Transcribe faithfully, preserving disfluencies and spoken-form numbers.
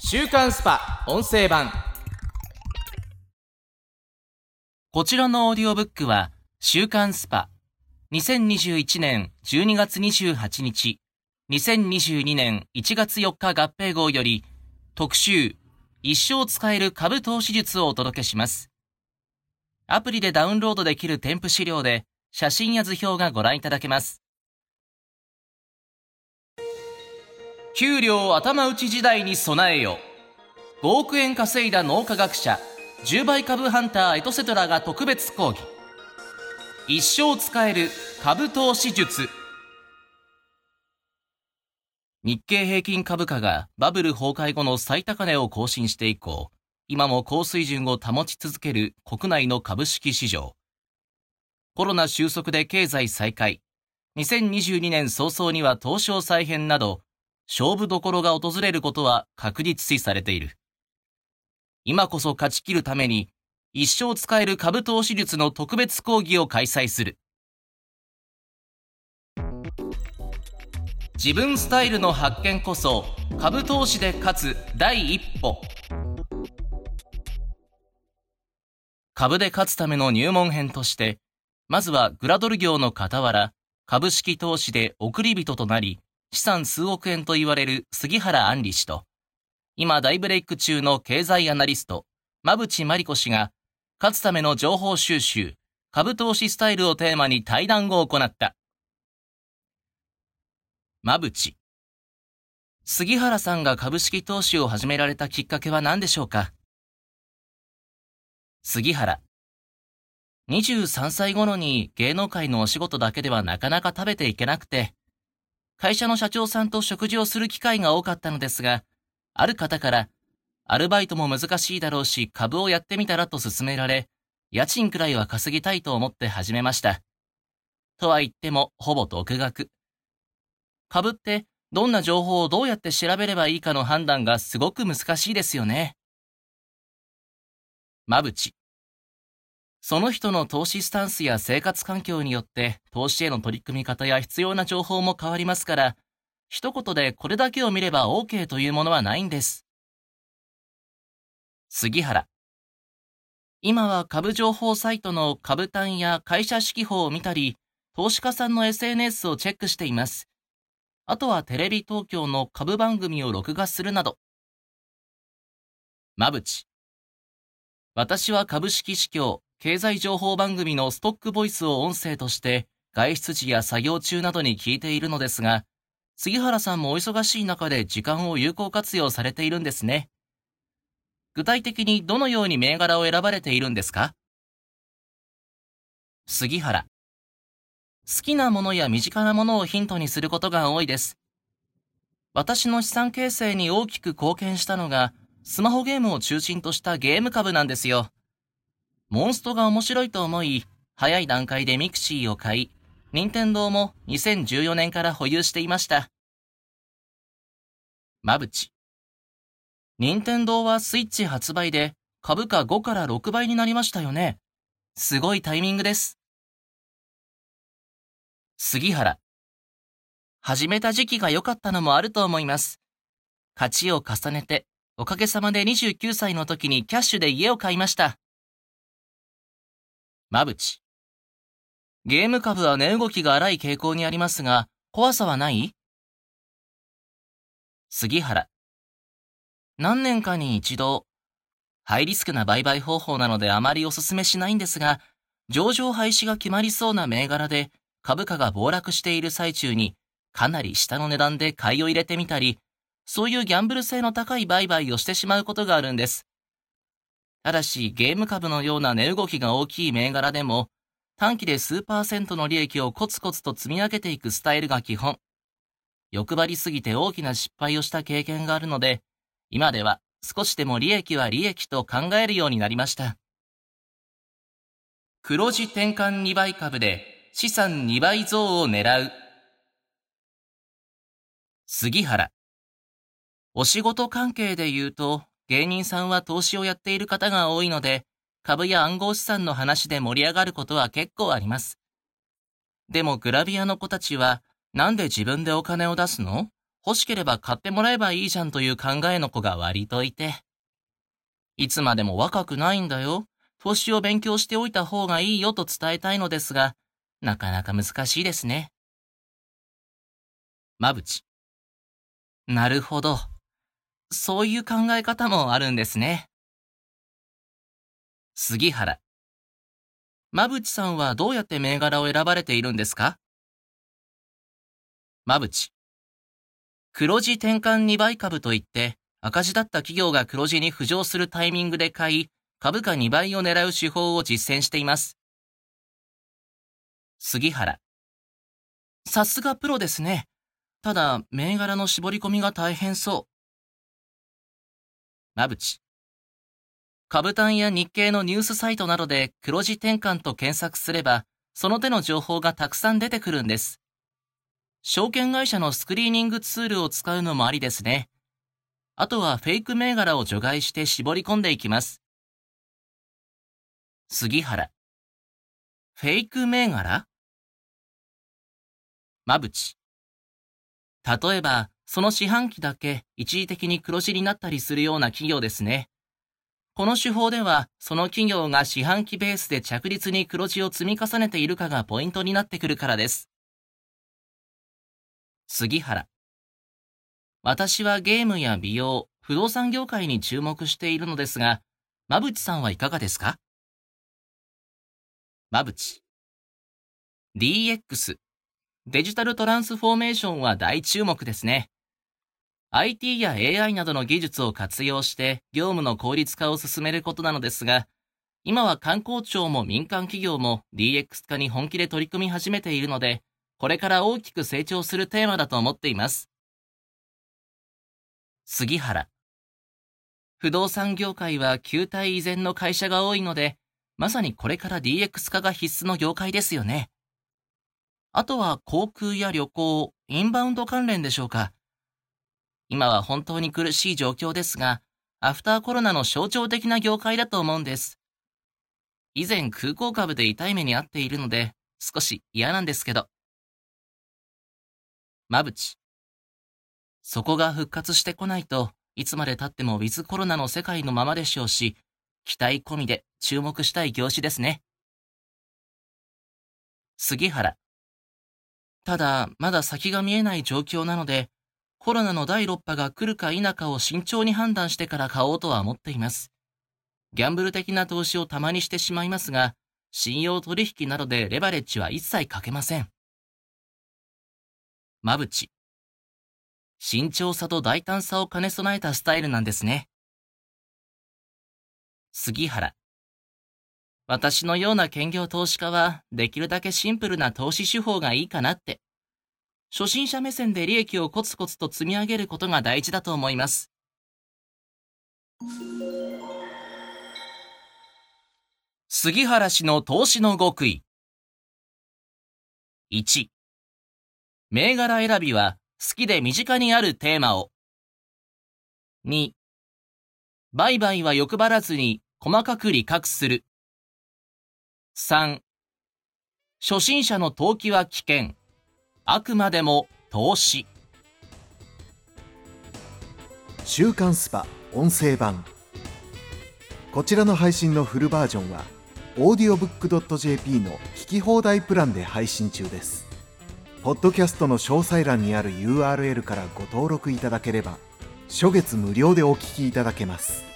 週刊スパ音声版。 こちらのオーディオブックは週刊スパにせんにじゅういちねんじゅうにがつにじゅうはちにち、にせんにじゅうにねんいちがつよっか合併号より特集一生使える株投資術をお届けします。アプリでダウンロードできる添付資料で写真や図表がご覧いただけます。給料頭打ち時代に備えよ。ごおくえん稼いだ脳科学者じゅうばい株ハンターエトセトラが特別講義。一生使える株投資術。日経平均株価がバブル崩壊後の最高値を更新して以降、今も高水準を保ち続ける国内の株式市場。コロナ収束で経済再開、にせんにじゅうにねん早々には東証再編など、勝負どころが訪れることは確実視されている。今こそ勝ち切るために、一生使える株投資術の特別講義を開催する。自分スタイルの発見こそ、株投資で勝つ第一歩。株で勝つための入門編として、まずはグラドル業の傍ら、株式投資で億り人となり、資産数億円と言われる杉原杏里氏と、今大ブレイク中の経済アナリスト、馬淵真理子氏が、勝つための情報収集、株投資スタイルをテーマに対談を行った。馬淵。杉原さんが株式投資を始められたきっかけは何でしょうか？杉原。にじゅうさんさい頃に芸能界のお仕事だけではなかなか食べていけなくて、会社の社長さんと食事をする機会が多かったのですが、ある方から、アルバイトも難しいだろうし株をやってみたらと勧められ、家賃くらいは稼ぎたいと思って始めました。とは言ってもほぼ独学。株ってどんな情報をどうやって調べればいいかの判断がすごく難しいですよね。馬淵。その人の投資スタンスや生活環境によって投資への取り組み方や必要な情報も変わりますから、一言でこれだけを見れば OK というものはないんです。杉原。今は株情報サイトの株単や会社指揮法を見たり、投資家さんの エスエヌエス をチェックしています。あとはテレビ東京の株番組を録画するなど。馬淵。私は株式市況、経済情報番組のストックボイスを音声として外出時や作業中などに聞いているのですが、杉原さんもお忙しい中で時間を有効活用されているんですね。具体的にどのように銘柄を選ばれているんですか？杉原。好きなものや身近なものをヒントにすることが多いです。私の資産形成に大きく貢献したのが、スマホゲームを中心としたゲーム株なんですよ。モンストが面白いと思い、早い段階でミクシーを買い、任天堂もにせんじゅうよねんから保有していました。馬淵。任天堂はスイッチ発売で株価ごからろくばいになりましたよね。すごいタイミングです。杉原。始めた時期が良かったのもあると思います。勝ちを重ねて、おかげさまでにじゅうきゅうさいの時にキャッシュで家を買いました。馬淵。ゲーム株は値動きが荒い傾向にありますが、怖さはない？杉原。何年かに一度、ハイリスクな売買方法なのであまりお勧めしないんですが、上場廃止が決まりそうな銘柄で株価が暴落している最中にかなり下の値段で買いを入れてみたり、そういうギャンブル性の高い売買をしてしまうことがあるんです。ただしゲーム株のような値動きが大きい銘柄でも、短期で数パーセントの利益をコツコツと積み上げていくスタイルが基本。欲張りすぎて大きな失敗をした経験があるので、今では少しでも利益は利益と考えるようになりました。黒字転換にばい株で資産にばい増を狙う。杉原。お仕事関係で言うと、芸人さんは投資をやっている方が多いので、株や暗号資産の話で盛り上がることは結構あります。でもグラビアの子たちは、なんで自分でお金を出すの？ 欲しければ買ってもらえばいいじゃんという考えの子が割といて、いつまでも若くないんだよ。投資を勉強しておいた方がいいよと伝えたいのですが、なかなか難しいですね。まぶち。なるほど。そういう考え方もあるんですね。杉原。まぶちさんはどうやって銘柄を選ばれているんですか？まぶち。黒字転換にばい株といって、赤字だった企業が黒字に浮上するタイミングで買い、株価にばいを狙う手法を実践しています。杉原。さすがプロですね。ただ、銘柄の絞り込みが大変そう。まぶち。株単や日経のニュースサイトなどで黒字転換と検索すれば、その手の情報がたくさん出てくるんです。証券会社のスクリーニングツールを使うのもありですね。あとはフェイク銘柄を除外して絞り込んでいきます。杉原。フェイク銘柄？まぶち。例えば、その四半期だけ一時的に黒字になったりするような企業ですね。この手法では、その企業が四半期ベースで着実に黒字を積み重ねているかがポイントになってくるからです。杉原。私はゲームや美容、不動産業界に注目しているのですが、まぶちさんはいかがですか？まぶち。ディーエックス、デジタルトランスフォーメーションは大注目ですね。アイティー や エーアイ などの技術を活用して業務の効率化を進めることなのですが、今は官公庁も民間企業も ディーエックス 化に本気で取り組み始めているので、これから大きく成長するテーマだと思っています。杉原。不動産業界は旧態依然の会社が多いので、まさにこれから ディーエックス 化が必須の業界ですよね。あとは航空や旅行、インバウンド関連でしょうか。今は本当に苦しい状況ですが、アフターコロナの象徴的な業界だと思うんです。以前空港株で痛い目に遭っているので、少し嫌なんですけど。まぶち。そこが復活してこないといつまで経ってもウィズコロナの世界のままでしょうし、期待込みで注目したい業種ですね。杉原。ただ、まだ先が見えない状況なので、コロナのだいろっ波が来るか否かを慎重に判断してから買おうとは思っています。ギャンブル的な投資をたまにしてしまいますが、信用取引などでレバレッジは一切かけません。まぶち。慎重さと大胆さを兼ね備えたスタイルなんですね。杉原。私のような兼業投資家は、できるだけシンプルな投資手法がいいかなって。初心者目線で利益をコツコツと積み上げることが大事だと思います。杉原氏の投資の極意。いち、銘柄選びは好きで身近にあるテーマを。に、売買は欲張らずに細かく理覚する。さん、初心者の投機は危険。あくまでも投資。 週刊スパ音声版。こちらの配信のフルバージョンはオーディオブックドットジェーピー の聞き放題プランで配信中です。ポッドキャストの詳細欄にある ユーアールエル からご登録いただければ初月無料でお聞きいただけます。